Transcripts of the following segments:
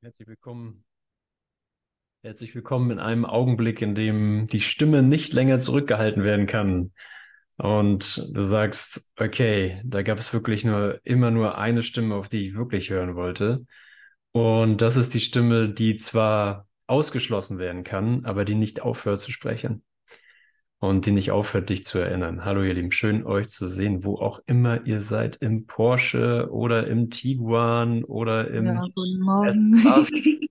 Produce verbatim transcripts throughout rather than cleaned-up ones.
Herzlich willkommen. Herzlich willkommen in einem Augenblick, in dem die Stimme nicht länger zurückgehalten werden kann. Und du sagst, okay, da gab es wirklich nur immer nur eine Stimme, auf die ich wirklich hören wollte. Und das ist die Stimme, die zwar ausgeschlossen werden kann, aber die nicht aufhört zu sprechen und die nicht aufhört, dich zu erinnern. Hallo, ihr Lieben, schön euch zu sehen, wo auch immer ihr seid, im Porsche oder im Tiguan oder Ja, im guten Morgen. S-Class.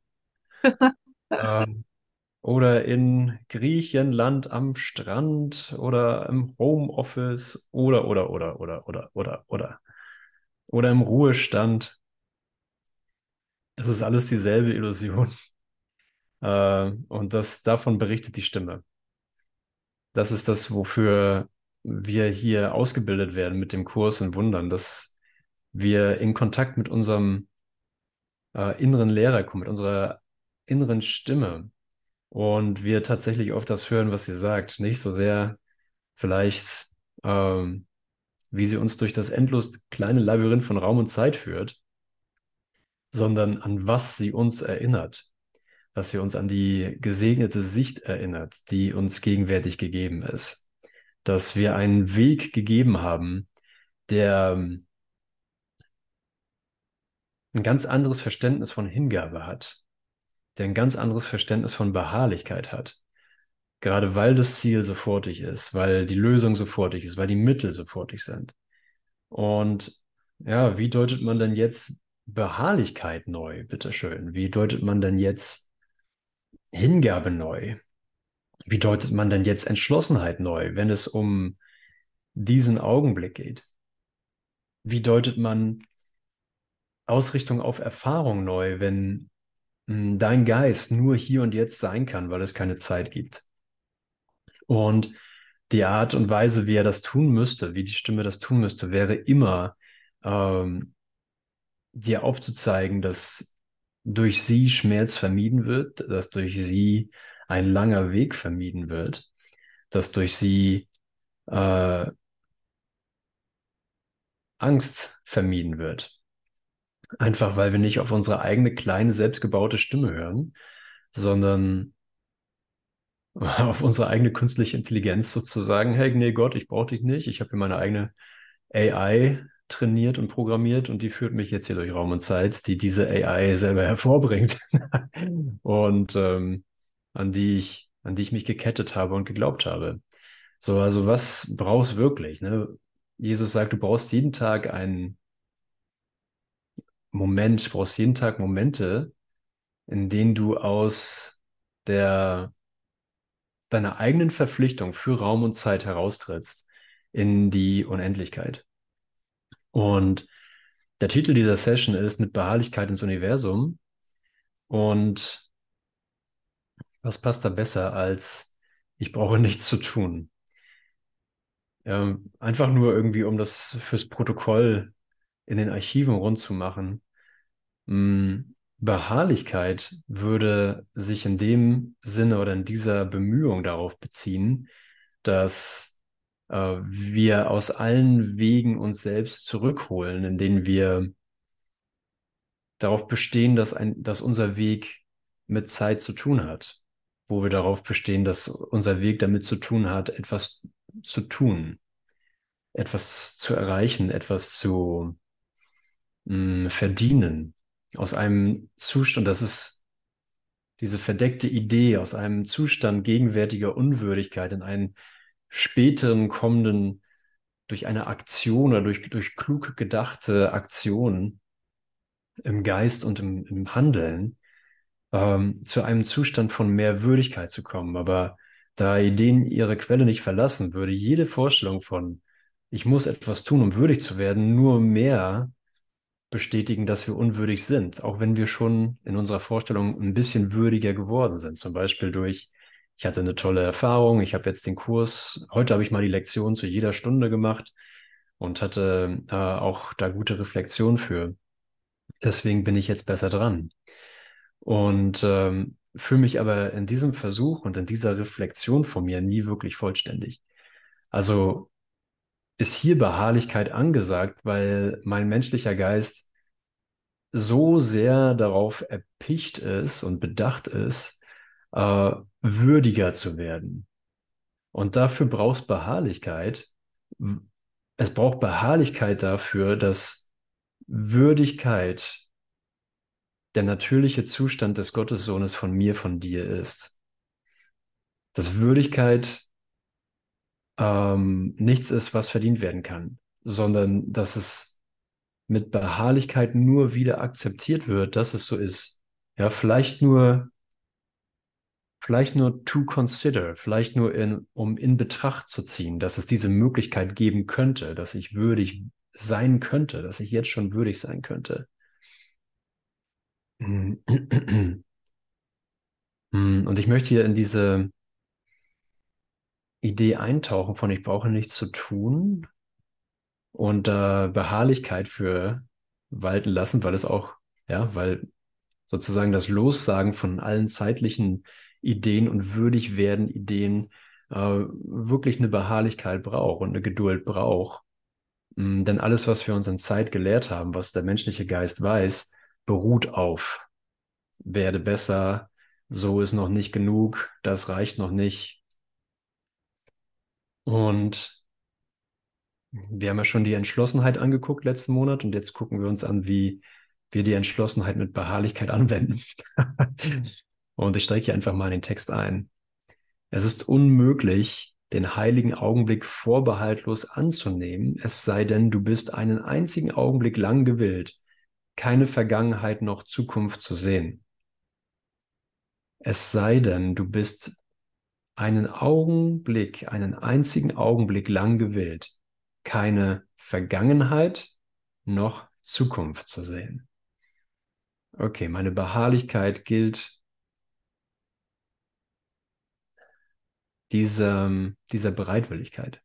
Oder in Griechenland am Strand oder im Homeoffice oder, oder, oder, oder, oder, oder, oder, oder im Ruhestand. Es ist alles dieselbe Illusion. Äh, und das, davon berichtet die Stimme. Das ist das, wofür wir hier ausgebildet werden mit dem Kurs in Wundern, dass wir in Kontakt mit unserem äh, inneren Lehrer kommen, mit unserer inneren Stimme. Und wir tatsächlich auf das hören, was sie sagt. Nicht so sehr vielleicht, ähm, wie sie uns durch das endlos kleine Labyrinth von Raum und Zeit führt, sondern an was sie uns erinnert, dass sie uns an die gesegnete Sicht erinnert, die uns gegenwärtig gegeben ist, dass wir einen Weg gegeben haben, der ähm, ein ganz anderes Verständnis von Hingabe hat, der ein ganz anderes Verständnis von Beharrlichkeit hat. Gerade weil das Ziel sofortig ist, weil die Lösung sofortig ist, weil die Mittel sofortig sind. Und ja, wie deutet man denn jetzt Beharrlichkeit neu, bitteschön? Wie deutet man denn jetzt Hingabe neu? Wie deutet man denn jetzt Entschlossenheit neu, wenn es um diesen Augenblick geht? Wie deutet man Ausrichtung auf Erfahrung neu, wenn mh, dein Geist nur hier und jetzt sein kann, weil es keine Zeit gibt? Und die Art und Weise, wie er das tun müsste, wie die Stimme das tun müsste, wäre immer ähm, dir aufzuzeigen, dass durch sie Schmerz vermieden wird, dass durch sie ein langer Weg vermieden wird, dass durch sie äh, Angst vermieden wird. Einfach weil wir nicht auf unsere eigene kleine, selbstgebaute Stimme hören, sondern auf unsere eigene künstliche Intelligenz sozusagen, hey, nee, Gott, ich brauche dich nicht, ich habe hier meine eigene A I trainiert und programmiert und die führt mich jetzt hier durch Raum und Zeit, die diese A I selber hervorbringt und ähm, an die ich, an die ich mich gekettet habe und geglaubt habe. So, also was brauchst du wirklich, ne? Jesus sagt, du brauchst jeden Tag einen Moment, du brauchst jeden Tag Momente, in denen du aus der, deiner eigenen Verpflichtung für Raum und Zeit heraustrittst in die Unendlichkeit. Und der Titel dieser Session ist Mit Beharrlichkeit ins Universum. Und was passt da besser als ich brauche nichts zu tun? Ähm, einfach nur irgendwie, um das fürs Protokoll in den Archiven rund zu machen. Mm, Beharrlichkeit würde sich in dem Sinne oder in dieser Bemühung darauf beziehen, dass äh, wir aus allen Wegen uns selbst zurückholen, in denen wir darauf bestehen, dass ein, dass unser Weg mit Zeit zu tun hat, wo wir darauf bestehen, dass unser Weg damit zu tun hat, etwas zu tun, etwas zu erreichen, etwas zu mh, verdienen. Aus einem Zustand, das ist diese verdeckte Idee, aus einem Zustand gegenwärtiger Unwürdigkeit in einen späteren kommenden, durch eine Aktion oder durch, durch klug gedachte Aktion im Geist und im, im Handeln ähm, zu einem Zustand von mehr Würdigkeit zu kommen. Aber da Ideen ihre Quelle nicht verlassen, würde jede Vorstellung von, ich muss etwas tun, um würdig zu werden, nur mehr bestätigen, dass wir unwürdig sind, auch wenn wir schon in unserer Vorstellung ein bisschen würdiger geworden sind. Zum Beispiel durch, ich hatte eine tolle Erfahrung, ich habe jetzt den Kurs, heute habe ich mal die Lektion zu jeder Stunde gemacht und hatte äh, auch da gute Reflexion für. Deswegen bin ich jetzt besser dran. Und ähm, fühle mich aber in diesem Versuch und in dieser Reflexion von mir nie wirklich vollständig. Also ist hier Beharrlichkeit angesagt, weil mein menschlicher Geist so sehr darauf erpicht ist und bedacht ist, äh, würdiger zu werden. Und dafür brauchst Beharrlichkeit. Es braucht Beharrlichkeit dafür, dass Würdigkeit der natürliche Zustand des Gottessohnes von mir, von dir ist. Dass Würdigkeit ähm, nichts ist, was verdient werden kann, sondern dass es mit Beharrlichkeit nur wieder akzeptiert wird, dass es so ist. Ja, vielleicht nur, vielleicht nur to consider, vielleicht nur in, um in Betracht zu ziehen, dass es diese Möglichkeit geben könnte, dass ich würdig sein könnte, dass ich jetzt schon würdig sein könnte. Und ich möchte hier in diese Idee eintauchen von ich brauche nichts zu tun und äh, Beharrlichkeit für walten lassen, weil es auch, ja, weil sozusagen das Lossagen von allen zeitlichen Ideen und würdig werden Ideen äh, wirklich eine Beharrlichkeit braucht und eine Geduld braucht. Mm, Denn alles, was wir uns in Zeit gelehrt haben, was der menschliche Geist weiß, beruht auf werde besser, so ist noch nicht genug, das reicht noch nicht. Und wir haben ja schon die Entschlossenheit angeguckt letzten Monat und jetzt gucken wir uns an, wie wir die Entschlossenheit mit Beharrlichkeit anwenden. Und ich steige hier einfach mal in den Text ein. Es ist unmöglich, den heiligen Augenblick vorbehaltlos anzunehmen, es sei denn, du bist einen einzigen Augenblick lang gewillt, keine Vergangenheit noch Zukunft zu sehen. Es sei denn, du bist einen Augenblick, einen einzigen Augenblick lang gewillt, keine Vergangenheit noch Zukunft zu sehen. Okay, meine Beharrlichkeit gilt dieser, dieser Bereitwilligkeit.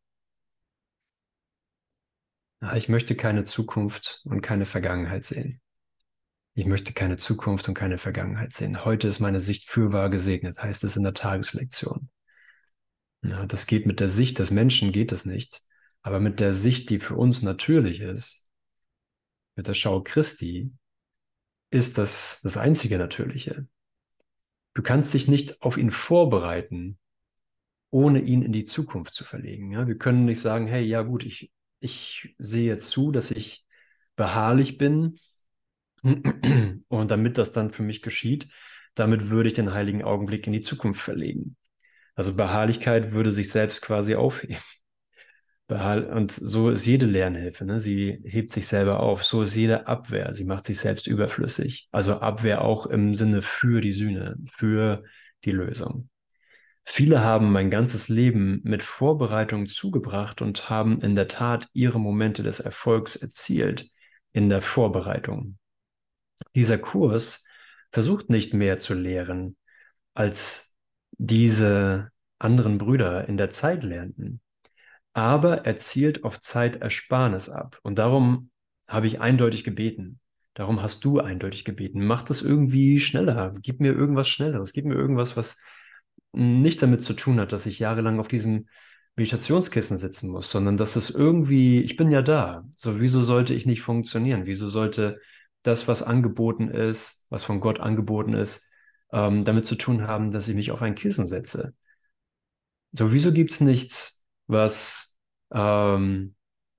Ja, ich möchte keine Zukunft und keine Vergangenheit sehen. Ich möchte keine Zukunft und keine Vergangenheit sehen. Heute ist meine Sicht fürwahr gesegnet, heißt es in der Tageslektion. Ja, das geht mit der Sicht des Menschen, geht es nicht. Aber mit der Sicht, die für uns natürlich ist, mit der Schau Christi, ist das das einzige Natürliche. Du kannst dich nicht auf ihn vorbereiten, ohne ihn in die Zukunft zu verlegen. Ja, wir können nicht sagen, hey, ja gut, ich, ich sehe zu, dass ich beharrlich bin und damit das dann für mich geschieht, damit würde ich den heiligen Augenblick in die Zukunft verlegen. Also Beharrlichkeit würde sich selbst quasi aufheben. Und so ist jede Lernhilfe, ne? Sie hebt sich selber auf. So ist jede Abwehr. Sie macht sich selbst überflüssig. Also Abwehr auch im Sinne für die Sühne, für die Lösung. Viele haben mein ganzes Leben mit Vorbereitung zugebracht und haben in der Tat ihre Momente des Erfolgs erzielt in der Vorbereitung. Dieser Kurs versucht nicht mehr zu lehren, als diese anderen Brüder in der Zeit lernten, aber er zielt auf Zeitersparnis ab. Und darum habe ich eindeutig gebeten. Darum hast du eindeutig gebeten. Mach das irgendwie schneller. Gib mir irgendwas Schnelleres. Gib mir irgendwas, was nicht damit zu tun hat, dass ich jahrelang auf diesem Meditationskissen sitzen muss, sondern dass es irgendwie, ich bin ja da. So, wieso sollte ich nicht funktionieren? Wieso sollte das, was angeboten ist, was von Gott angeboten ist, ähm, damit zu tun haben, dass ich mich auf ein Kissen setze? So, wieso gibt es nichts, was, ähm,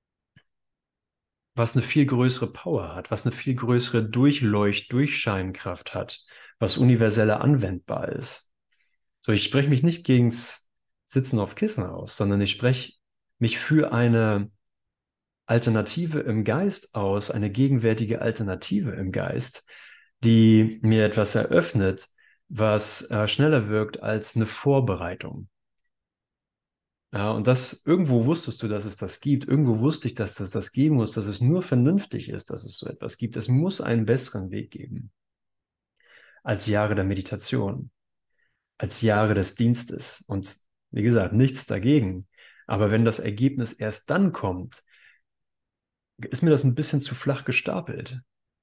was eine viel größere Power hat, was eine viel größere Durchleucht-, Durchscheinkraft hat, was universeller anwendbar ist? So, ich spreche mich nicht gegens Sitzen auf Kissen aus, sondern ich spreche mich für eine Alternative im Geist aus, eine gegenwärtige Alternative im Geist, die mir etwas eröffnet, was äh, schneller wirkt als eine Vorbereitung. Ja, und das, irgendwo wusstest du, dass es das gibt. Irgendwo wusste ich, dass es das geben muss, dass es nur vernünftig ist, dass es so etwas gibt. Es muss einen besseren Weg geben als Jahre der Meditation, als Jahre des Dienstes. Und wie gesagt, nichts dagegen. Aber wenn das Ergebnis erst dann kommt, ist mir das ein bisschen zu flach gestapelt.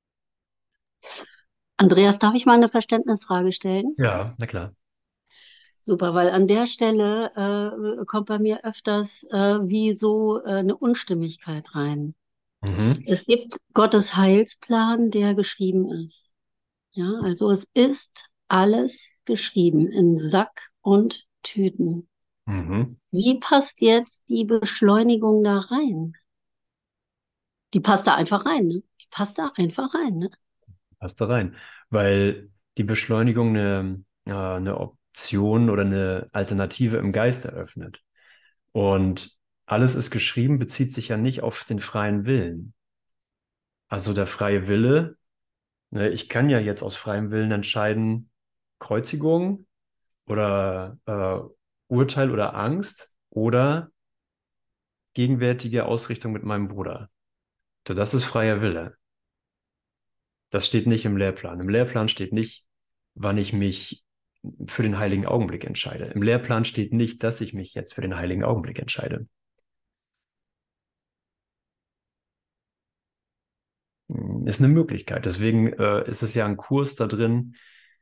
Andreas, darf ich mal eine Verständnisfrage stellen? Ja, na klar. Super, weil an der Stelle äh, kommt bei mir öfters äh, wie so äh, eine Unstimmigkeit rein. Mhm. Es gibt Gottes Heilsplan, der geschrieben ist. Ja, also es ist alles geschrieben in Sack und Tüten. Mhm. Wie passt jetzt die Beschleunigung da rein? Die passt da einfach rein, ne? Die passt da einfach rein, ne? Passt da rein. Weil die Beschleunigung eine, äh, eine Option oder eine Alternative im Geist eröffnet. Und alles ist geschrieben, bezieht sich ja nicht auf den freien Willen. Also der freie Wille, ne, ich kann ja jetzt aus freiem Willen entscheiden, Kreuzigung oder äh, Urteil oder Angst oder gegenwärtige Ausrichtung mit meinem Bruder. So, das ist freier Wille. Das steht nicht im Lehrplan. Im Lehrplan steht nicht, wann ich mich für den heiligen Augenblick entscheide. Im Lehrplan steht nicht, dass ich mich jetzt für den heiligen Augenblick entscheide. Ist eine Möglichkeit. Deswegen äh, ist es ja ein Kurs da drin,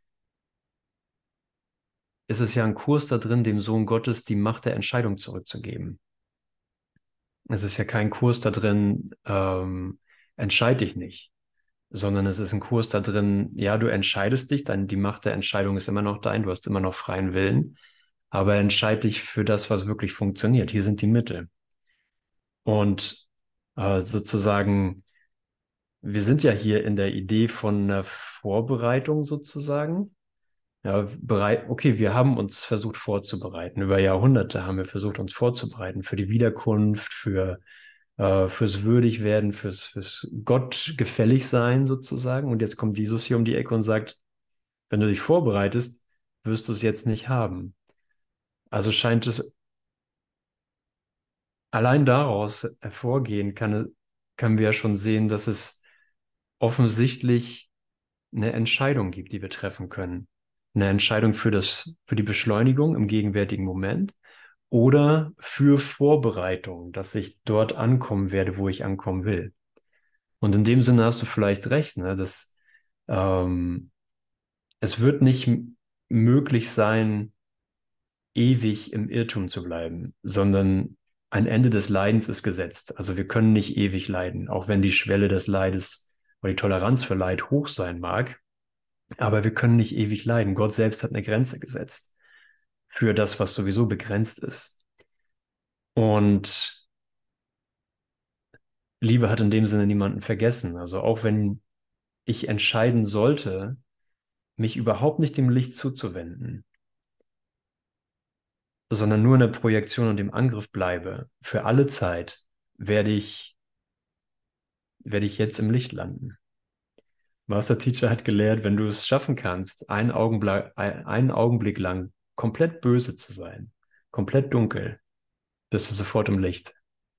ist es ja ein Kurs da drin, dem Sohn Gottes die Macht der Entscheidung zurückzugeben. Es ist ja kein Kurs da drin, ähm, entscheid dich nicht, sondern es ist ein Kurs da drin, ja, du entscheidest dich, dann die Macht der Entscheidung ist immer noch dein, du hast immer noch freien Willen, aber entscheid dich für das, was wirklich funktioniert. Hier sind die Mittel. Und äh, sozusagen, wir sind ja hier in der Idee von einer Vorbereitung sozusagen. Ja, bereit, okay, wir haben uns versucht vorzubereiten. Über Jahrhunderte haben wir versucht, uns vorzubereiten für die Wiederkunft, für, äh, fürs Würdigwerden, fürs, fürs Gott gefällig sein sozusagen. Und jetzt kommt Jesus hier um die Ecke und sagt, wenn du dich vorbereitest, wirst du es jetzt nicht haben. Also scheint es allein daraus hervorgehen, kann, können wir ja schon sehen, dass es offensichtlich eine Entscheidung gibt, die wir treffen können. Eine Entscheidung für das, für die Beschleunigung im gegenwärtigen Moment oder für Vorbereitung, dass ich dort ankommen werde, wo ich ankommen will. Und in dem Sinne hast du vielleicht recht, ne, dass ähm, es wird nicht m- möglich sein, ewig im Irrtum zu bleiben, sondern ein Ende des Leidens ist gesetzt. Also wir können nicht ewig leiden, auch wenn die Schwelle des Leides oder die Toleranz für Leid hoch sein mag. Aber wir können nicht ewig leiden. Gott selbst hat eine Grenze gesetzt für das, was sowieso begrenzt ist. Und Liebe hat in dem Sinne niemanden vergessen. Also auch wenn ich entscheiden sollte, mich überhaupt nicht dem Licht zuzuwenden, sondern nur in der Projektion und dem Angriff bleibe, für alle Zeit werde ich, werde ich jetzt im Licht landen. Master Teacher hat gelehrt, wenn du es schaffen kannst, einen Augenblick, einen Augenblick lang komplett böse zu sein, komplett dunkel, bist du sofort im Licht.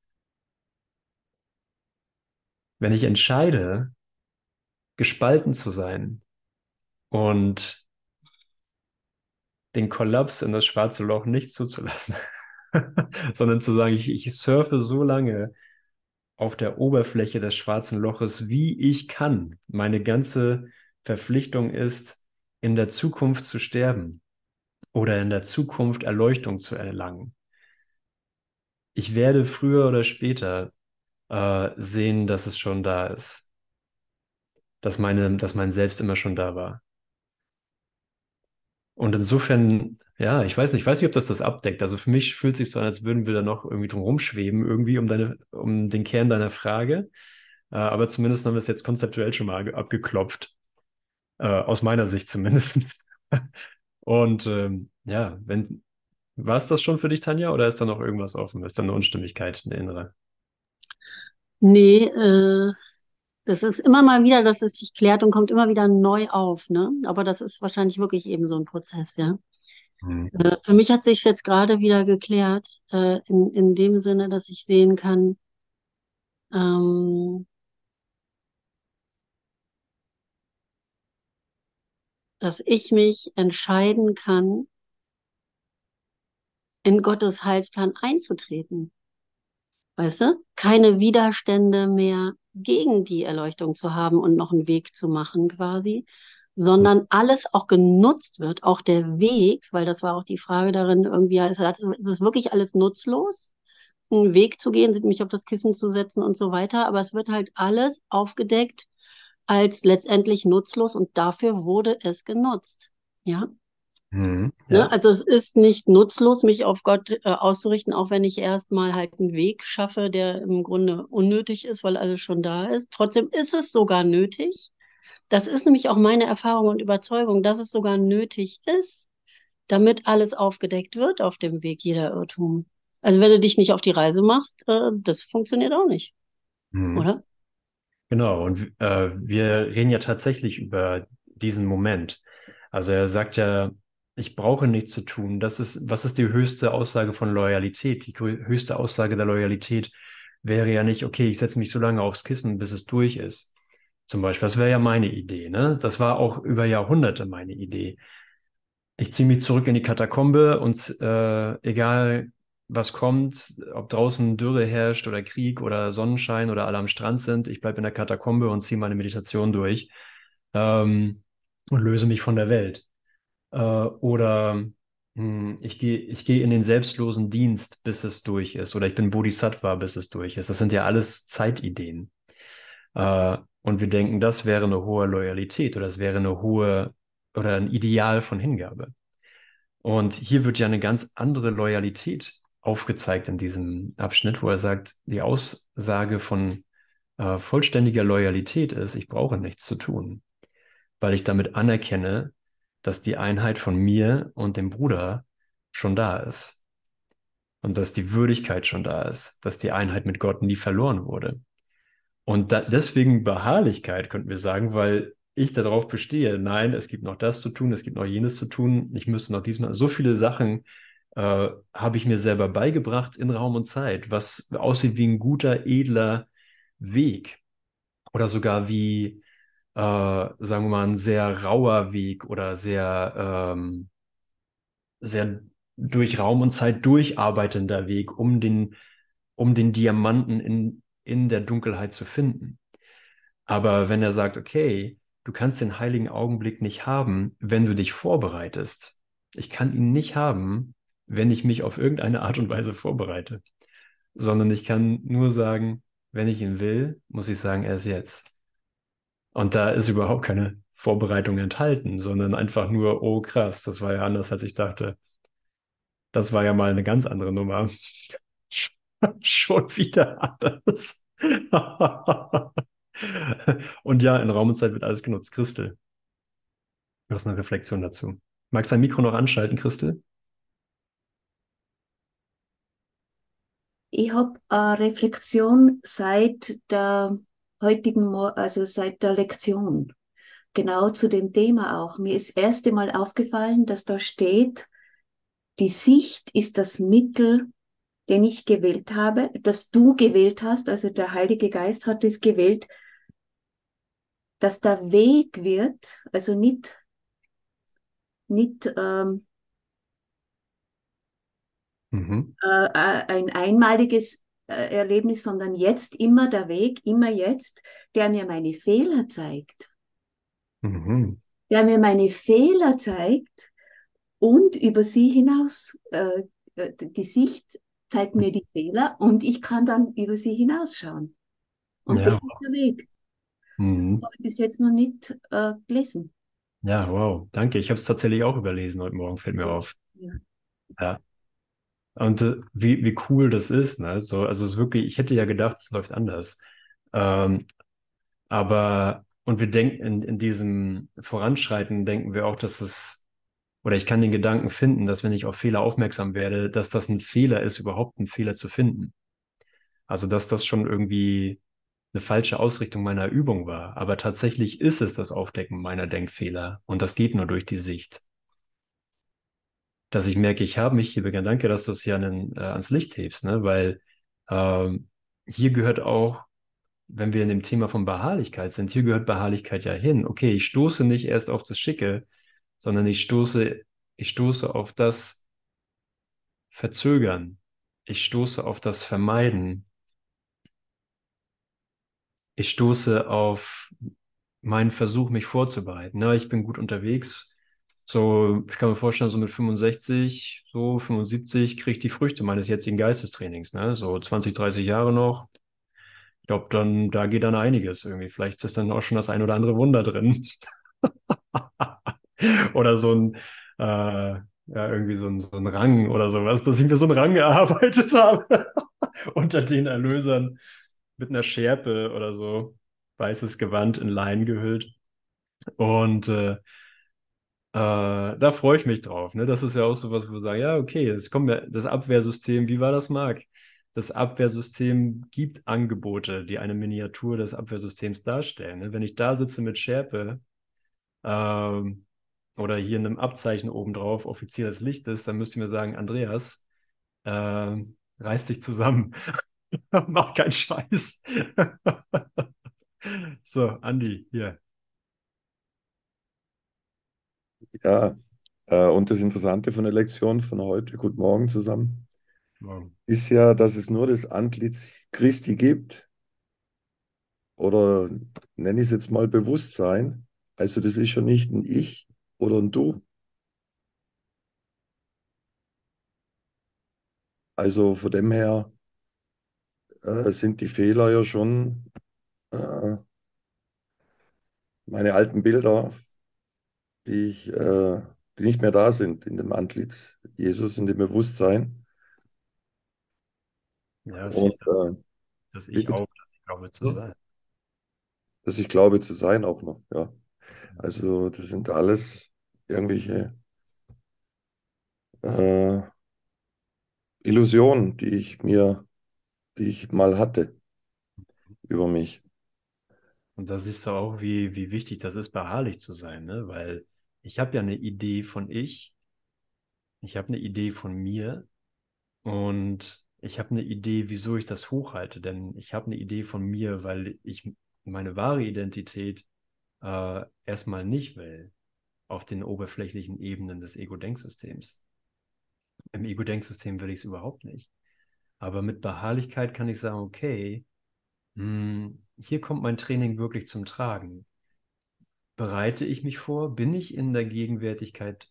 Wenn ich entscheide, gespalten zu sein und den Kollaps in das schwarze Loch nicht zuzulassen, sondern zu sagen, ich, ich surfe so lange auf der Oberfläche des schwarzen Loches, wie ich kann. Meine ganze Verpflichtung ist, in der Zukunft zu sterben oder in der Zukunft Erleuchtung zu erlangen. Ich werde früher oder später äh, sehen, dass es schon da ist, dass meine, dass mein Selbst immer schon da war. Und insofern, ja, ich weiß nicht, ich weiß nicht, ob das das abdeckt. Also für mich fühlt es sich so an, als würden wir da noch irgendwie drum rumschweben, irgendwie um deine, um den Kern deiner Frage. Äh, aber zumindest haben wir es jetzt konzeptuell schon mal abgeklopft, äh, aus meiner Sicht zumindest. Und ähm, ja, wenn, war es das schon für dich, Tanja, oder ist da noch irgendwas offen? Ist da eine Unstimmigkeit, eine innere? Nee, äh, das ist immer mal wieder, dass es sich klärt und kommt immer wieder neu auf, ne? Aber das ist wahrscheinlich wirklich eben so ein Prozess, ja. Hm. Äh, für mich hat sich jetzt gerade wieder geklärt, äh, in, in dem Sinne, dass ich sehen kann, ähm, dass ich mich entscheiden kann, in Gottes Heilsplan einzutreten. Weißt du? Keine Widerstände mehr gegen die Erleuchtung zu haben und noch einen Weg zu machen quasi, sondern alles auch genutzt wird, auch der Weg, weil das war auch die Frage darin, irgendwie, ja, ist ist es wirklich alles nutzlos, einen Weg zu gehen, mich auf das Kissen zu setzen und so weiter, aber es wird halt alles aufgedeckt als letztendlich nutzlos und dafür wurde es genutzt. Ja. Mhm. Ne? Ja. Also es ist nicht nutzlos, mich auf Gott äh, auszurichten, auch wenn ich erstmal halt einen Weg schaffe, der im Grunde unnötig ist, weil alles schon da ist. Trotzdem ist es sogar nötig. Das ist nämlich auch meine Erfahrung und Überzeugung, dass es sogar nötig ist, damit alles aufgedeckt wird auf dem Weg, jeder Irrtum. Also wenn du dich nicht auf die Reise machst, äh, das funktioniert auch nicht, Mhm. oder? Genau, und äh, wir reden ja tatsächlich über diesen Moment. Also er sagt ja, ich brauche nichts zu tun. Das ist, was ist die höchste Aussage von Loyalität? Die grö- höchste Aussage der Loyalität wäre ja nicht, okay, ich setze mich so lange aufs Kissen, bis es durch ist. Zum Beispiel, das wäre ja meine Idee, ne? Das war auch über Jahrhunderte meine Idee. Ich ziehe mich zurück in die Katakombe und äh, egal was kommt, ob draußen Dürre herrscht oder Krieg oder Sonnenschein oder alle am Strand sind, ich bleibe in der Katakombe und ziehe meine Meditation durch ähm, und löse mich von der Welt. Äh, oder mh, ich gehe ich gehe in den selbstlosen Dienst, bis es durch ist. Oder ich bin Bodhisattva, bis es durch ist. Das sind ja alles Zeitideen. Äh, und wir denken, das wäre eine hohe Loyalität oder das wäre eine hohe oder ein Ideal von Hingabe. Und hier wird ja eine ganz andere Loyalität aufgezeigt in diesem Abschnitt, wo er sagt, die Aussage von äh, vollständiger Loyalität ist, ich brauche nichts zu tun, weil ich damit anerkenne, dass die Einheit von mir und dem Bruder schon da ist und dass die Würdigkeit schon da ist, dass die Einheit mit Gott nie verloren wurde. Und da, deswegen Beharrlichkeit könnten wir sagen, weil ich darauf bestehe, nein, es gibt noch das zu tun, es gibt noch jenes zu tun, ich müsste noch diesmal, so viele Sachen äh, habe ich mir selber beigebracht in Raum und Zeit, was aussieht wie ein guter, edler Weg oder sogar wie, äh, sagen wir mal, ein sehr rauer Weg oder sehr, ähm, sehr durch Raum und Zeit durcharbeitender Weg, um den, um den Diamanten in, in der Dunkelheit zu finden. Aber wenn er sagt, okay, du kannst den heiligen Augenblick nicht haben, wenn du dich vorbereitest. Ich kann ihn nicht haben, wenn ich mich auf irgendeine Art und Weise vorbereite, sondern ich kann nur sagen, wenn ich ihn will, muss ich sagen, er ist jetzt. Und da ist überhaupt keine Vorbereitung enthalten, sondern einfach nur, oh krass, das war ja anders, als ich dachte. Das war ja mal eine ganz andere Nummer. Schon wieder alles. Und ja, in Raum und Zeit wird alles genutzt. Christel, du hast eine Reflexion dazu. Magst du dein Mikro noch anschalten, Christel? Ich habe eine Reflexion seit der heutigen, Mo also seit der Lektion, genau zu dem Thema auch. Mir ist das erste Mal aufgefallen, dass da steht, die Sicht ist das Mittel, den ich gewählt habe, das du gewählt hast, also der Heilige Geist hat es gewählt, dass der Weg wird, also nicht, nicht ähm, Mhm. äh, ein einmaliges äh, Erlebnis, sondern jetzt immer der Weg, immer jetzt, der mir meine Fehler zeigt, Mhm. der mir meine Fehler zeigt und über sie hinaus, äh, äh, die Sicht zeigt mir die Fehler und ich kann dann über sie hinausschauen. Und das Ja. ist der Weg. Mhm. Habe ich bis jetzt noch nicht äh, gelesen. Ja, wow. Danke. Ich habe es tatsächlich auch überlesen heute Morgen, fällt mir Ja. auf. Ja. Ja. Und äh, wie, wie cool das ist, ne? So, also es ist wirklich, ich hätte ja gedacht, es läuft anders. Ähm, aber, und wir denken, in, in diesem Voranschreiten denken wir auch, dass es, oder ich kann den Gedanken finden, dass wenn ich auf Fehler aufmerksam werde, dass das ein Fehler ist, überhaupt einen Fehler zu finden. Also, dass das schon irgendwie eine falsche Ausrichtung meiner Übung war. Aber tatsächlich ist es das Aufdecken meiner Denkfehler. Und das geht nur durch die Sicht. Dass ich merke, ich habe mich hier begann. Danke, dass du es hier an den, äh, ans Licht hebst, ne? Weil ähm, hier gehört auch, wenn wir in dem Thema von Beharrlichkeit sind, hier gehört Beharrlichkeit ja hin. Okay, ich stoße nicht erst auf das Schicke, sondern ich stoße, ich stoße auf das Verzögern. Ich stoße auf das Vermeiden. Ich stoße auf meinen Versuch, mich vorzubereiten. Ne? Ich bin gut unterwegs. So, ich kann mir vorstellen, so mit fünfundsechzig, so fünfundsiebzig kriege ich die Früchte meines jetzigen Geistestrainings. Ne? So zwanzig, dreißig Jahre noch. Ich glaube, dann, da geht dann einiges irgendwie. Vielleicht ist dann auch schon das ein oder andere Wunder drin. Oder so ein, äh, ja, irgendwie so ein, so ein Rang oder sowas, dass ich mir so einen Rang erarbeitet habe unter den Erlösern mit einer Schärpe oder so. Weißes Gewand in Leinen gehüllt. Und äh, äh, da freue ich mich drauf. Ne? Das ist ja auch so was, wo wir sagen, ja, okay, es kommt ja das Abwehrsystem, wie war das, Marc? Das Abwehrsystem gibt Angebote, die eine Miniatur des Abwehrsystems darstellen. Ne? Wenn ich da sitze mit Schärpe, ähm, oder hier in einem Abzeichen obendrauf Offizier des Lichtes, dann müsst ihr mir sagen, Andreas, äh, reiß dich zusammen. Mach keinen Scheiß. So, Andi, hier. Ja, äh, und das Interessante von der Lektion von heute, guten Morgen zusammen, Morgen. ist ja, dass es nur das Antlitz Christi gibt, oder nenne ich es jetzt mal Bewusstsein. Also das ist schon nicht ein Ich oder ein Du. Also von dem her äh, sind die Fehler ja schon äh, meine alten Bilder, die ich, äh, die nicht mehr da sind in dem Antlitz Jesus, in dem Bewusstsein. Ja, das, Und das, äh, das wie ich bitte? auch, das ich glaube zu Hm? sein. Dass ich glaube zu sein auch noch, ja. Also das sind alles irgendwelche äh, Illusionen, die ich mir, die ich mal hatte über mich. Und da siehst du auch, wie, wie wichtig das ist, beharrlich zu sein, ne? Weil ich habe ja eine Idee von ich, ich habe eine Idee von mir und ich habe eine Idee, wieso ich das hochhalte. Denn ich habe eine Idee von mir, weil ich meine wahre Identität äh, erstmal nicht will auf den oberflächlichen Ebenen des Ego-Denksystems. Im Ego-Denksystem will ich es überhaupt nicht. Aber mit Beharrlichkeit kann ich sagen, okay, mh, hier kommt mein Training wirklich zum Tragen. Bereite ich mich vor? Bin ich in der Gegenwärtigkeit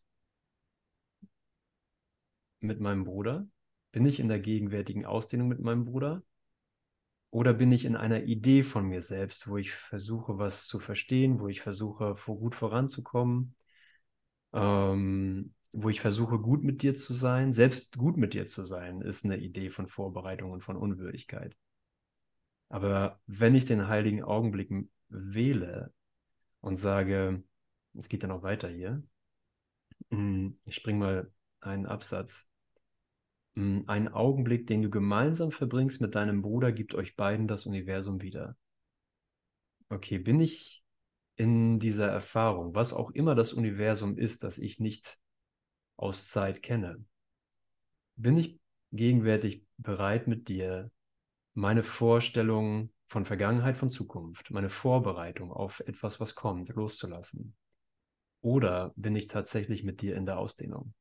mit meinem Bruder? Bin ich in der gegenwärtigen Ausdehnung mit meinem Bruder? Oder bin ich in einer Idee von mir selbst, wo ich versuche, was zu verstehen, wo ich versuche, vor gut voranzukommen, ähm, wo ich versuche, gut mit dir zu sein? Selbst gut mit dir zu sein, ist eine Idee von Vorbereitung und von Unwürdigkeit. Aber wenn ich den heiligen Augenblick wähle und sage, es geht dann noch weiter hier, ich springe mal einen Absatz. Ein Augenblick, den du gemeinsam verbringst mit deinem Bruder, gibt euch beiden das Universum wieder. Okay, bin ich in dieser Erfahrung, was auch immer das Universum ist, das ich nicht aus Zeit kenne, bin ich gegenwärtig bereit mit dir, meine Vorstellung von Vergangenheit, von Zukunft, meine Vorbereitung auf etwas, was kommt, loszulassen? Oder bin ich tatsächlich mit dir in der Ausdehnung?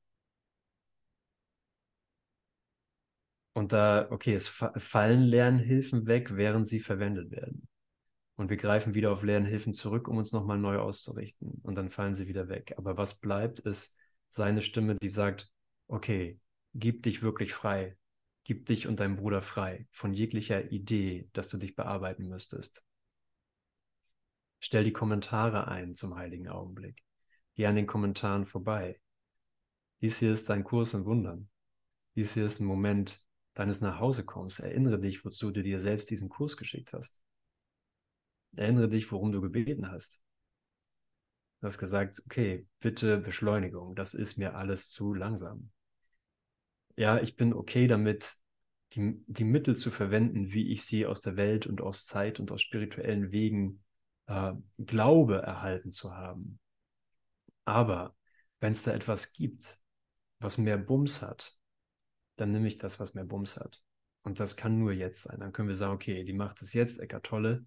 Und da, okay, es fa- fallen Lernhilfen weg, während sie verwendet werden. Und wir greifen wieder auf Lernhilfen zurück, um uns nochmal neu auszurichten. Und dann fallen sie wieder weg. Aber was bleibt, ist seine Stimme, die sagt, okay, gib dich wirklich frei. Gib dich und deinen Bruder frei von jeglicher Idee, dass du dich bearbeiten müsstest. Stell die Kommentare ein zum heiligen Augenblick. Geh an den Kommentaren vorbei. Dies hier ist dein Kurs in Wundern. Dies hier ist ein Moment deines Nachhausekommens. Erinnere dich, wozu du dir selbst diesen Kurs geschickt hast. Erinnere dich, worum du gebeten hast. Du hast gesagt, okay, bitte Beschleunigung, das ist mir alles zu langsam. Ja, ich bin okay damit, die, die Mittel zu verwenden, wie ich sie aus der Welt und aus Zeit und aus spirituellen Wegen äh, glaube erhalten zu haben. Aber wenn es da etwas gibt, was mehr Bums hat, dann nehme ich das, was mehr Bums hat. Und das kann nur jetzt sein. Dann können wir sagen, okay, die macht es jetzt, Eckart Tolle.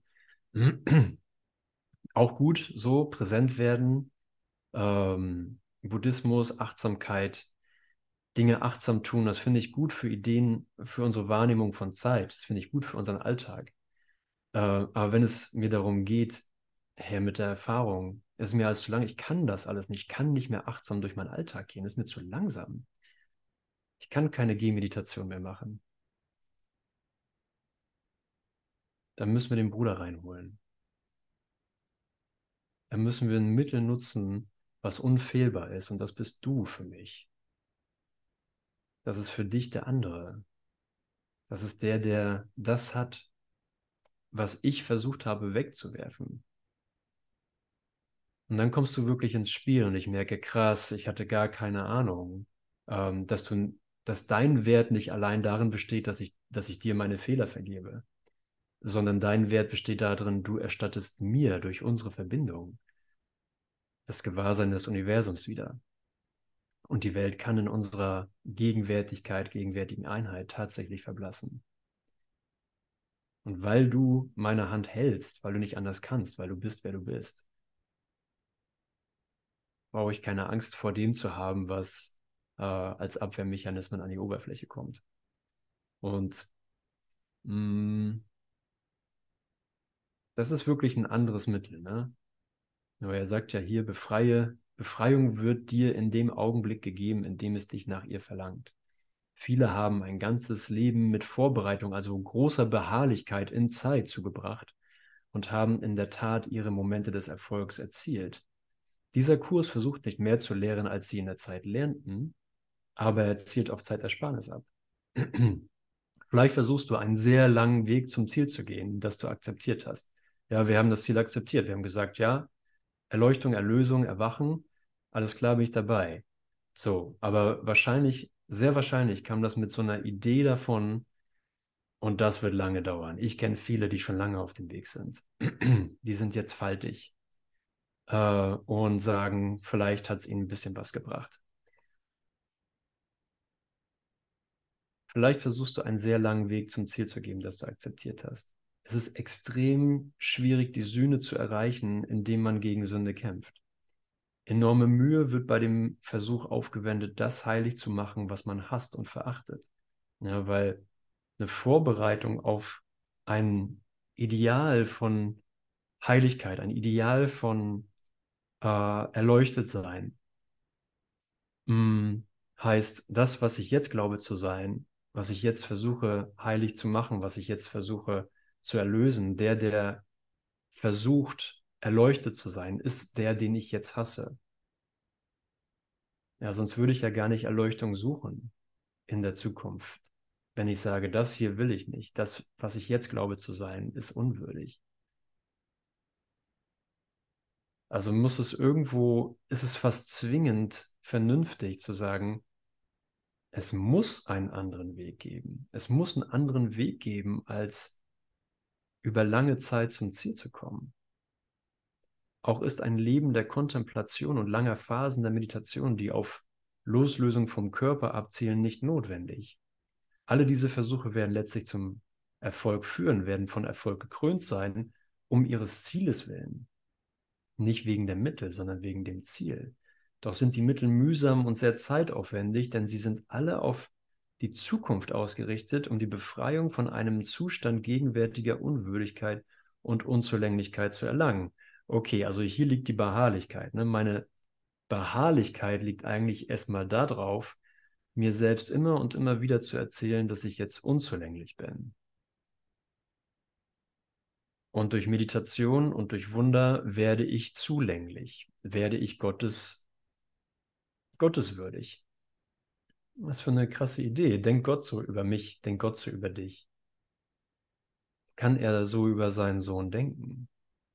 Auch gut, so präsent werden. Ähm, Buddhismus, Achtsamkeit, Dinge achtsam tun, das finde ich gut für Ideen, für unsere Wahrnehmung von Zeit. Das finde ich gut für unseren Alltag. Äh, aber wenn es mir darum geht, hey, mit der Erfahrung, es ist mir alles zu lang, ich kann das alles nicht, ich kann nicht mehr achtsam durch meinen Alltag gehen, es ist mir zu langsam. Ich kann keine Gehmeditation mehr machen. dann müssen wir den Bruder reinholen. Dann müssen wir ein Mittel nutzen, was unfehlbar ist. Und das bist du für mich. Das ist für dich der andere. Das ist der, der das hat, was ich versucht habe wegzuwerfen. Und dann kommst du wirklich ins Spiel und ich merke, krass, ich hatte gar keine Ahnung, ähm, dass du, dass dein Wert nicht allein darin besteht, dass ich, dass ich dir meine Fehler vergebe, sondern dein Wert besteht darin, du erstattest mir durch unsere Verbindung das Gewahrsein des Universums wieder. Und die Welt kann in unserer Gegenwärtigkeit, gegenwärtigen Einheit tatsächlich verblassen. Und weil du meine Hand hältst, weil du nicht anders kannst, weil du bist, wer du bist, brauche ich keine Angst vor dem zu haben, was äh, als Abwehrmechanismen an die Oberfläche kommt. Und mh, das ist wirklich ein anderes Mittel, ne? Aber er sagt ja hier, befreie, Befreiung wird dir in dem Augenblick gegeben, in dem es dich nach ihr verlangt. Viele haben ein ganzes Leben mit Vorbereitung, also großer Beharrlichkeit in Zeit zugebracht und haben in der Tat ihre Momente des Erfolgs erzielt. Dieser Kurs versucht nicht mehr zu lehren, als sie in der Zeit lernten, aber er zielt auf Zeitersparnis ab. Vielleicht versuchst du einen sehr langen Weg zum Ziel zu gehen, das du akzeptiert hast. Ja, wir haben das Ziel akzeptiert. Wir haben gesagt, ja, Erleuchtung, Erlösung, Erwachen, alles klar, bin ich dabei. So, aber wahrscheinlich, sehr wahrscheinlich kam das mit so einer Idee davon und das wird lange dauern. Ich kenne viele, die schon lange auf dem Weg sind. Die sind jetzt faltig äh, und sagen, vielleicht hat es ihnen ein bisschen was gebracht. Vielleicht versuchst du einen sehr langen Weg zum Ziel zu geben, das du akzeptiert hast. Es ist extrem schwierig, die Sühne zu erreichen, indem man gegen Sünde kämpft. Enorme Mühe wird bei dem Versuch aufgewendet, das heilig zu machen, was man hasst und verachtet. Ja, weil eine Vorbereitung auf ein Ideal von Heiligkeit, ein Ideal von äh, erleuchtet sein, mh, heißt, das, was ich jetzt glaube zu sein, was ich jetzt versuche heilig zu machen, was ich jetzt versuche zu erlösen, der, der versucht, erleuchtet zu sein, ist der, den ich jetzt hasse. Ja, sonst würde ich ja gar nicht Erleuchtung suchen in der Zukunft. Wenn ich sage, das hier will ich nicht, das, was ich jetzt glaube zu sein, ist unwürdig. Also muss es irgendwo, ist es fast zwingend vernünftig zu sagen, es muss einen anderen Weg geben. Es muss einen anderen Weg geben, als über lange Zeit zum Ziel zu kommen. Auch ist ein Leben der Kontemplation und langer Phasen der Meditation, die auf Loslösung vom Körper abzielen, nicht notwendig. Alle diese Versuche werden letztlich zum Erfolg führen, werden von Erfolg gekrönt sein, um ihres Zieles willen. Nicht wegen der Mittel, sondern wegen dem Ziel. Doch sind die Mittel mühsam und sehr zeitaufwendig, denn sie sind alle auf die Zukunft ausgerichtet, um die Befreiung von einem Zustand gegenwärtiger Unwürdigkeit und Unzulänglichkeit zu erlangen. Okay, also hier liegt die Beharrlichkeit. Ne? Meine Beharrlichkeit liegt eigentlich erstmal darauf, mir selbst immer und immer wieder zu erzählen, dass ich jetzt unzulänglich bin. Und durch Meditation und durch Wunder werde ich zulänglich, werde ich Gottes, gotteswürdig. Was für eine krasse Idee. Denkt Gott so über mich, denkt Gott so über dich. Kann er so über seinen Sohn denken?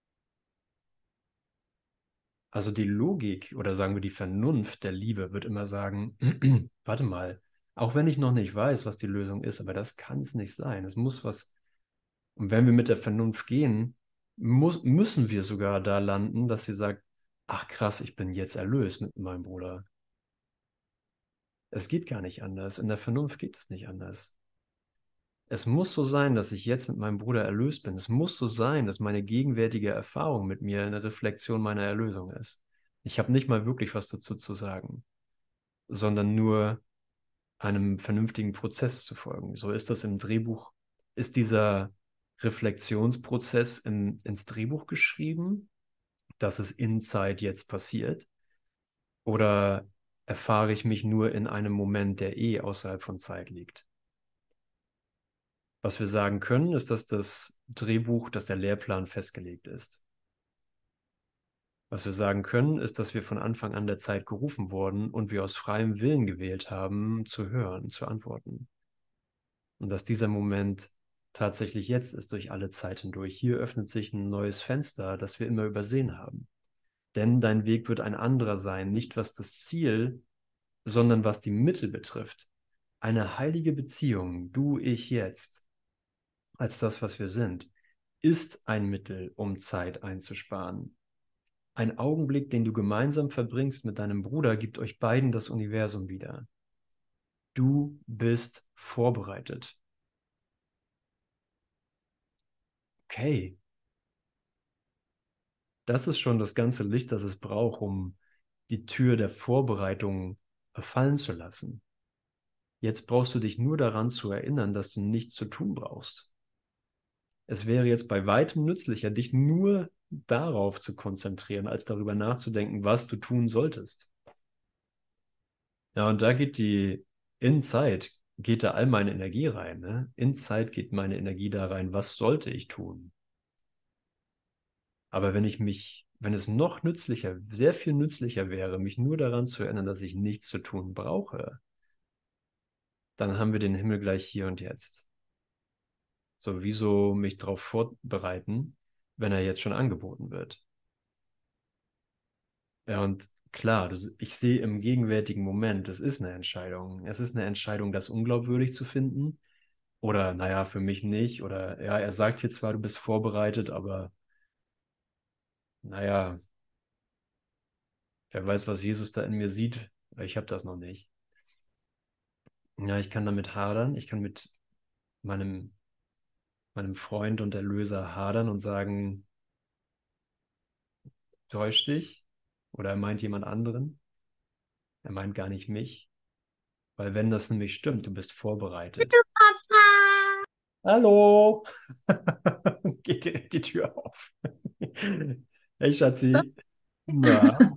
Also die Logik oder sagen wir die Vernunft der Liebe wird immer sagen, warte mal, auch wenn ich noch nicht weiß, was die Lösung ist, aber das kann es nicht sein. Es muss was. Und wenn wir mit der Vernunft gehen, muss, müssen wir sogar da landen, dass sie sagt, ach krass, ich bin jetzt erlöst mit meinem Bruder. Es geht gar nicht anders. In der Vernunft geht es nicht anders. Es muss so sein, dass ich jetzt mit meinem Bruder erlöst bin. Es muss so sein, dass meine gegenwärtige Erfahrung mit mir eine Reflexion meiner Erlösung ist. Ich habe nicht mal wirklich was dazu zu sagen, sondern nur einem vernünftigen Prozess zu folgen. So ist das im Drehbuch, ist dieser Reflexionsprozess in, ins Drehbuch geschrieben, dass es in Zeit jetzt passiert? Oder erfahre ich mich nur in einem Moment, der eh außerhalb von Zeit liegt? Was wir sagen können, ist, dass das Drehbuch, dass der Lehrplan festgelegt ist. Was wir sagen können, ist, dass wir von Anfang an der Zeit gerufen wurden und wir aus freiem Willen gewählt haben, zu hören, zu antworten. Und dass dieser Moment tatsächlich jetzt ist, durch alle Zeit hindurch. Hier öffnet sich ein neues Fenster, das wir immer übersehen haben. Denn dein Weg wird ein anderer sein, nicht was das Ziel, sondern was die Mittel betrifft. Eine heilige Beziehung, du, ich, jetzt, als das, was wir sind, ist ein Mittel, um Zeit einzusparen. Ein Augenblick, den du gemeinsam verbringst mit deinem Bruder, gibt euch beiden das Universum wieder. Du bist vorbereitet. Okay. Das ist schon das ganze Licht, das es braucht, um die Tür der Vorbereitung fallen zu lassen. Jetzt brauchst du dich nur daran zu erinnern, dass du nichts zu tun brauchst. Es wäre jetzt bei weitem nützlicher, dich nur darauf zu konzentrieren, als darüber nachzudenken, was du tun solltest. Ja, und da geht die Inside, geht da all meine Energie rein. Ne? Inside geht meine Energie da rein, was sollte ich tun? Aber wenn ich mich, wenn es noch nützlicher, sehr viel nützlicher wäre, mich nur daran zu erinnern, dass ich nichts zu tun brauche, dann haben wir den Himmel gleich hier und jetzt. So, wieso mich darauf vorbereiten, wenn er jetzt schon angeboten wird? Ja, und klar, du, ich sehe im gegenwärtigen Moment, es ist eine Entscheidung. Es ist eine Entscheidung, das unglaubwürdig zu finden. Oder, naja, für mich nicht. Oder, ja, er sagt hier zwar, du bist vorbereitet, aber, naja, wer weiß, was Jesus da in mir sieht. Ich habe das noch nicht. Ja, ich kann damit hadern. Ich kann mit meinem, meinem Freund und Erlöser hadern und sagen, täusch dich. Oder er meint jemand anderen. Er meint gar nicht mich. Weil wenn das nämlich stimmt, du bist vorbereitet. Hallo! Geht direkt die Tür auf. Hey Schatzi. Na?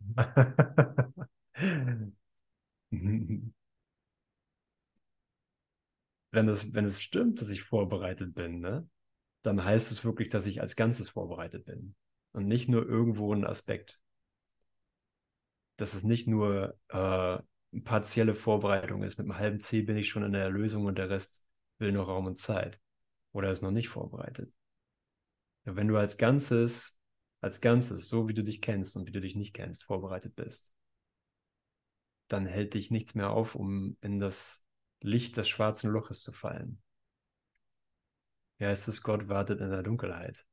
Wenn es, wenn es stimmt, dass ich vorbereitet bin, ne, dann heißt es wirklich, dass ich als Ganzes vorbereitet bin. Und nicht nur irgendwo ein Aspekt. Dass es nicht nur äh, eine partielle Vorbereitung ist. Mit einem halben C bin ich schon in der Erlösung und der Rest will nur Raum und Zeit. Oder ist noch nicht vorbereitet. Ja, wenn du als Ganzes, als Ganzes, so wie du dich kennst und wie du dich nicht kennst, vorbereitet bist, dann hält dich nichts mehr auf, um in das Licht des schwarzen Loches zu fallen. Ja, es ist Gott wartet in der Dunkelheit.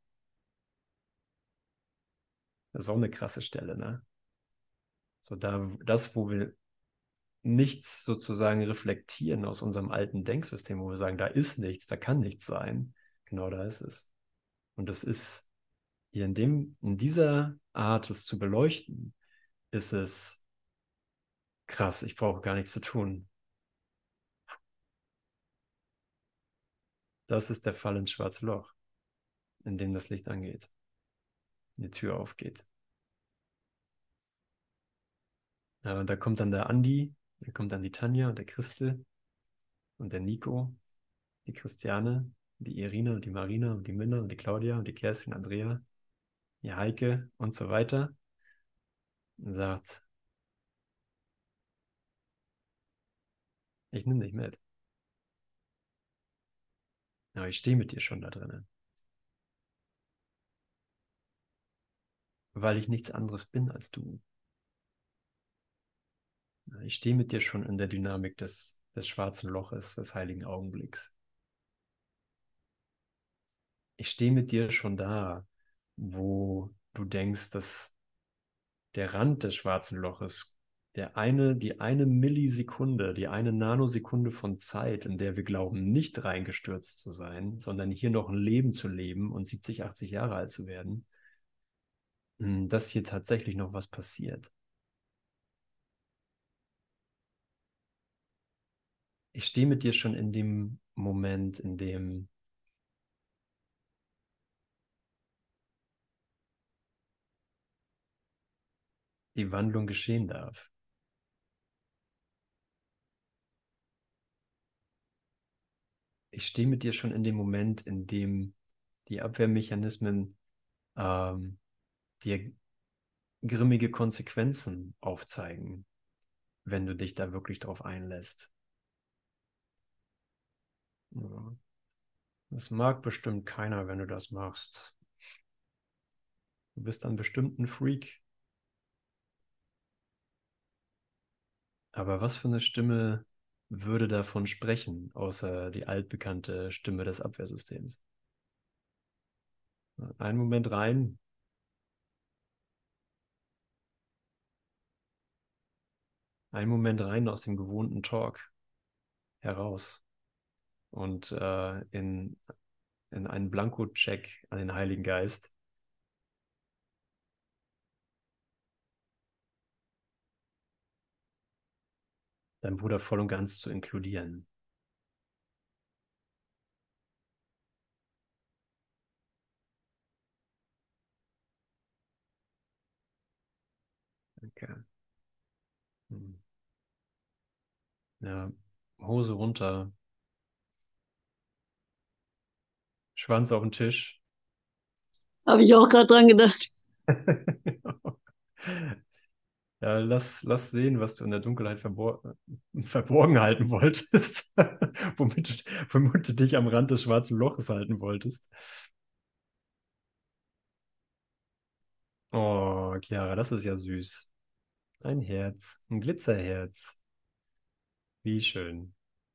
Das ist auch eine krasse Stelle, ne? So da, das, wo wir nichts sozusagen reflektieren aus unserem alten Denksystem, wo wir sagen, da ist nichts, da kann nichts sein. Genau da ist es. Und das ist hier in dem, in dieser Art, es zu beleuchten, ist es krass, ich brauche gar nichts zu tun. Das ist der Fall ins schwarze Loch, in dem das Licht angeht, die Tür aufgeht. Ja, und da kommt dann der Andi, da kommt dann die Tanja und der Christel und der Nico, die Christiane, die Irina und die Marina und die Minna und die Claudia und die Kerstin, Andrea, die Heike und so weiter. Und sagt, ich nehme dich mit. Aber ich stehe mit dir schon da drinnen. Weil ich nichts anderes bin als du. Ich stehe mit dir schon in der Dynamik des, des schwarzen Loches, des heiligen Augenblicks. Ich stehe mit dir schon da, wo du denkst, dass der Rand des schwarzen Loches, der eine, die eine Millisekunde, die eine Nanosekunde von Zeit, in der wir glauben, nicht reingestürzt zu sein, sondern hier noch ein Leben zu leben und siebzig, achtzig Jahre alt zu werden, dass hier tatsächlich noch was passiert. Ich stehe mit dir schon in dem Moment, in dem die Wandlung geschehen darf. Ich stehe mit dir schon in dem Moment, in dem die Abwehrmechanismen ähm, dir grimmige Konsequenzen aufzeigen, wenn du dich da wirklich drauf einlässt. Ja. Das mag bestimmt keiner, wenn du das machst. Du bist dann bestimmt ein Freak. Aber was für eine Stimme würde davon sprechen, außer die altbekannte Stimme des Abwehrsystems? Einen Moment rein. Einen Moment rein aus dem gewohnten Talk heraus und äh, in, in einen Blanko-Check an den Heiligen Geist. Deinen Bruder voll und ganz zu inkludieren. Okay. Hm. Ja, Hose runter, Schwanz auf den Tisch. Habe ich auch gerade dran gedacht. Ja, lass, lass sehen, was du in der Dunkelheit verbor verborgen halten wolltest. womit, du, womit du dich am Rand des schwarzen Loches halten wolltest. Oh, Chiara, das ist ja süß. Ein Herz, ein Glitzerherz. Wie schön.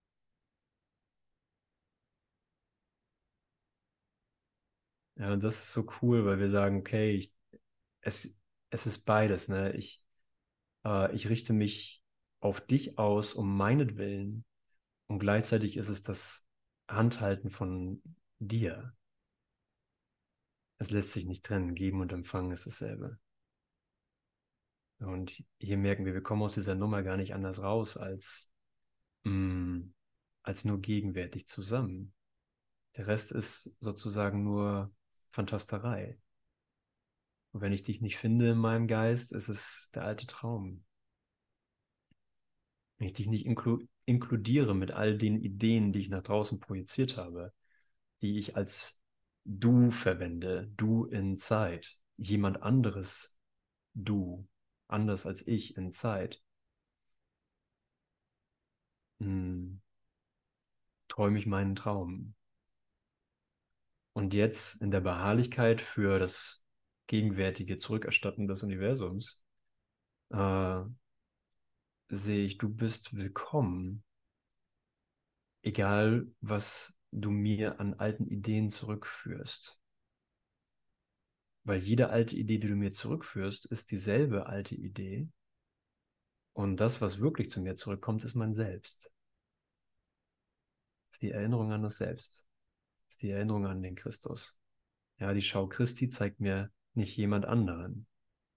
Ja, und das ist so cool, weil wir sagen, okay, ich, es, es ist beides, ne? Ich, äh, ich richte mich auf dich aus, um meinetwillen. Und gleichzeitig ist es das Handhalten von dir. Es lässt sich nicht trennen. Geben und empfangen ist dasselbe. Und hier merken wir, wir kommen aus dieser Nummer gar nicht anders raus, als, mh, als nur gegenwärtig zusammen. Der Rest ist sozusagen nur Fantasterei. Und wenn ich dich nicht finde in meinem Geist, ist es der alte Traum. Wenn ich dich nicht inklu inkludiere mit all den Ideen, die ich nach draußen projiziert habe, die ich als du verwende, du in Zeit, jemand anderes du, anders als ich in Zeit, hm, träume ich meinen Traum. Und jetzt in der Beharrlichkeit für das gegenwärtige Zurückerstatten des Universums äh, sehe ich, du bist willkommen, egal was du mir an alten Ideen zurückführst. Weil jede alte Idee, die du mir zurückführst, ist dieselbe alte Idee. Und das, was wirklich zu mir zurückkommt, ist mein Selbst. Ist die Erinnerung an das Selbst. Ist die Erinnerung an den Christus. Ja, die Schau Christi zeigt mir nicht jemand anderen.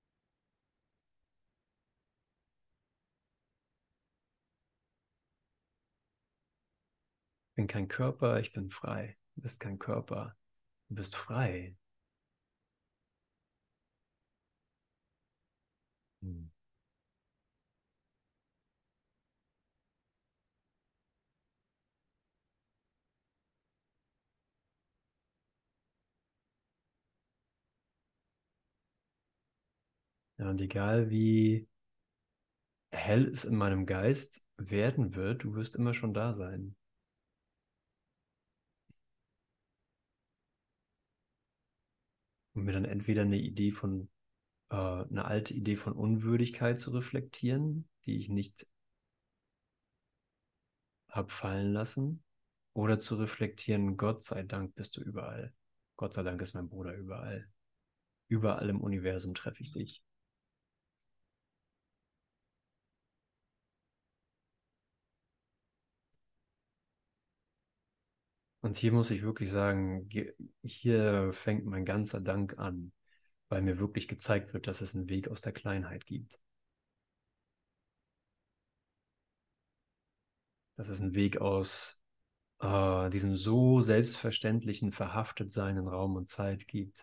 Ich bin kein Körper, ich bin frei. Du bist kein Körper, du bist frei. Hm. Ja, und egal wie hell es in meinem Geist werden wird, du wirst immer schon da sein. Und mir dann entweder eine Idee von, äh, eine alte Idee von Unwürdigkeit zu reflektieren, die ich nicht habe fallen lassen, oder zu reflektieren, Gott sei Dank bist du überall. Gott sei Dank ist mein Bruder überall. Überall im Universum treffe ich dich. Und hier muss ich wirklich sagen, hier fängt mein ganzer Dank an, weil mir wirklich gezeigt wird, dass es einen Weg aus der Kleinheit gibt. Dass es einen Weg aus äh, diesem so selbstverständlichen Verhaftetsein in Raum und Zeit gibt.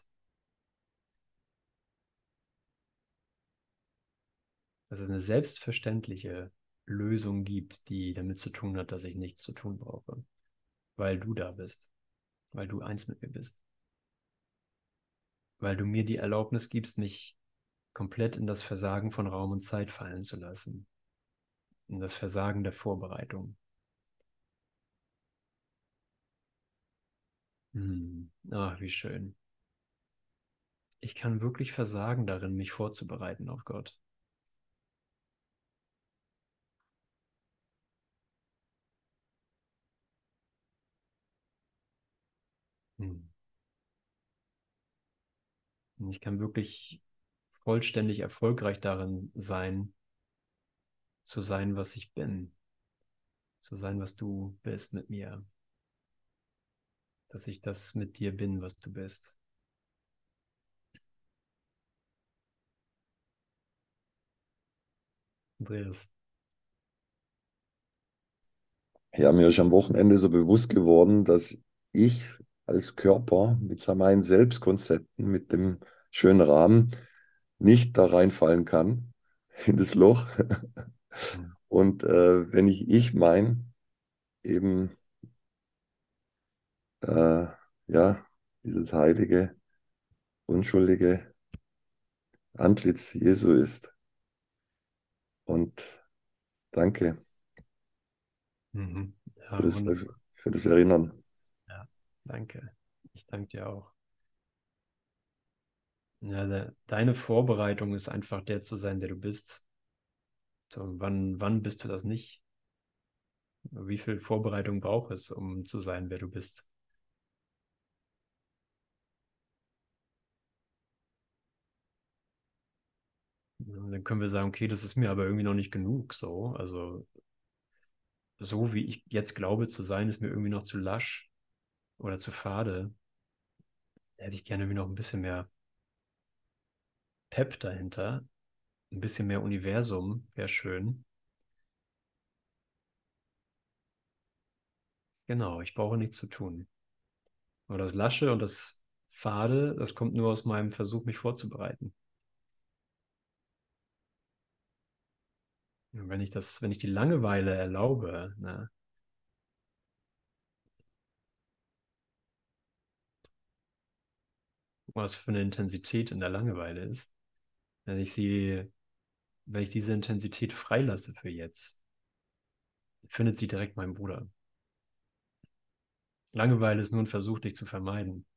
Dass es eine selbstverständliche Lösung gibt, die damit zu tun hat, dass ich nichts zu tun brauche. Weil du da bist. Weil du eins mit mir bist. weil du mir die Erlaubnis gibst, mich komplett in das Versagen von Raum und Zeit fallen zu lassen, in das Versagen der Vorbereitung. Hm. Ach, wie schön. Ich kann wirklich versagen darin, mich vorzubereiten auf Gott. Hm. Und ich kann wirklich vollständig erfolgreich darin sein, zu sein, was ich bin, zu sein, was du bist mit mir, dass ich das mit dir bin, was du bist. Andreas. Ja, mir ist am Wochenende so bewusst geworden, dass ich als Körper mit meinen Selbstkonzepten, mit dem schönen Rahmen, nicht da reinfallen kann, in das Loch. Hm. Und äh, wenn ich ich mein, eben, äh, ja, dieses heilige, unschuldige Antlitz Jesu ist. Und danke Mhm. für Ja, das, wunderbar. für das Erinnern. Ja, danke. Ich danke dir auch. Ja, de deine Vorbereitung ist einfach der zu sein, der du bist. So, wann, wann bist du das nicht? Wie viel Vorbereitung braucht es, um zu sein, wer du bist? Und dann können wir sagen, okay, das ist mir aber irgendwie noch nicht genug. So, also so wie ich jetzt glaube zu sein, ist mir irgendwie noch zu lasch oder zu fade. Da hätte ich gerne irgendwie noch ein bisschen mehr Pep dahinter, ein bisschen mehr Universum, wäre schön. Genau, ich brauche nichts zu tun. Aber das Lasche und das Fade, das kommt nur aus meinem Versuch, mich vorzubereiten. Und wenn ich das, wenn ich die Langeweile erlaube, ne, was für eine Intensität in der Langeweile ist, wenn ich sie, wenn ich diese Intensität freilasse für jetzt, findet sie direkt meinen Bruder. Langeweile ist nur ein Versuch, dich zu vermeiden.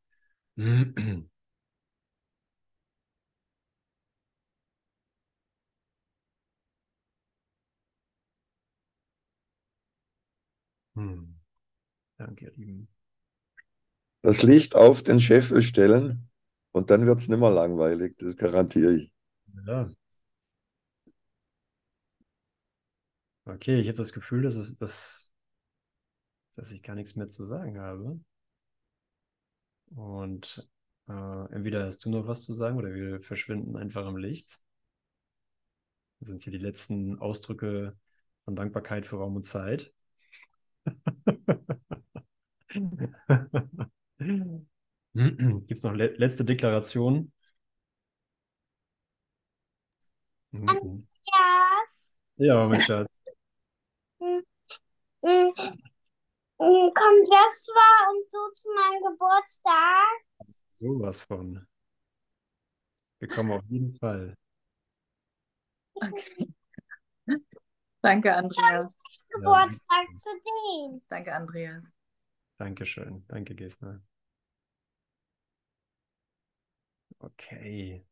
Hm. Danke, ihr Lieben. Das Licht auf den Scheffel stellen und dann wird es nicht mehr langweilig, das garantiere ich. Ja. Okay, ich habe das Gefühl, dass, es, dass, dass ich gar nichts mehr zu sagen habe. Und äh, entweder hast du noch was zu sagen oder wir verschwinden einfach im Licht. Das sind hier die letzten Ausdrücke von Dankbarkeit für Raum und Zeit. Gibt es noch le letzte Deklaration? Mhm. Andreas, Ja, mein Schatz. mm, mm, mm, kommt Joshua und du zu meinem Geburtstag? Sowas von. Wir kommen auf jeden Fall. Okay. Danke, Andreas. Ja, Geburtstag zu dem. Danke, Andreas. Dankeschön. Danke, Gesner. Okay.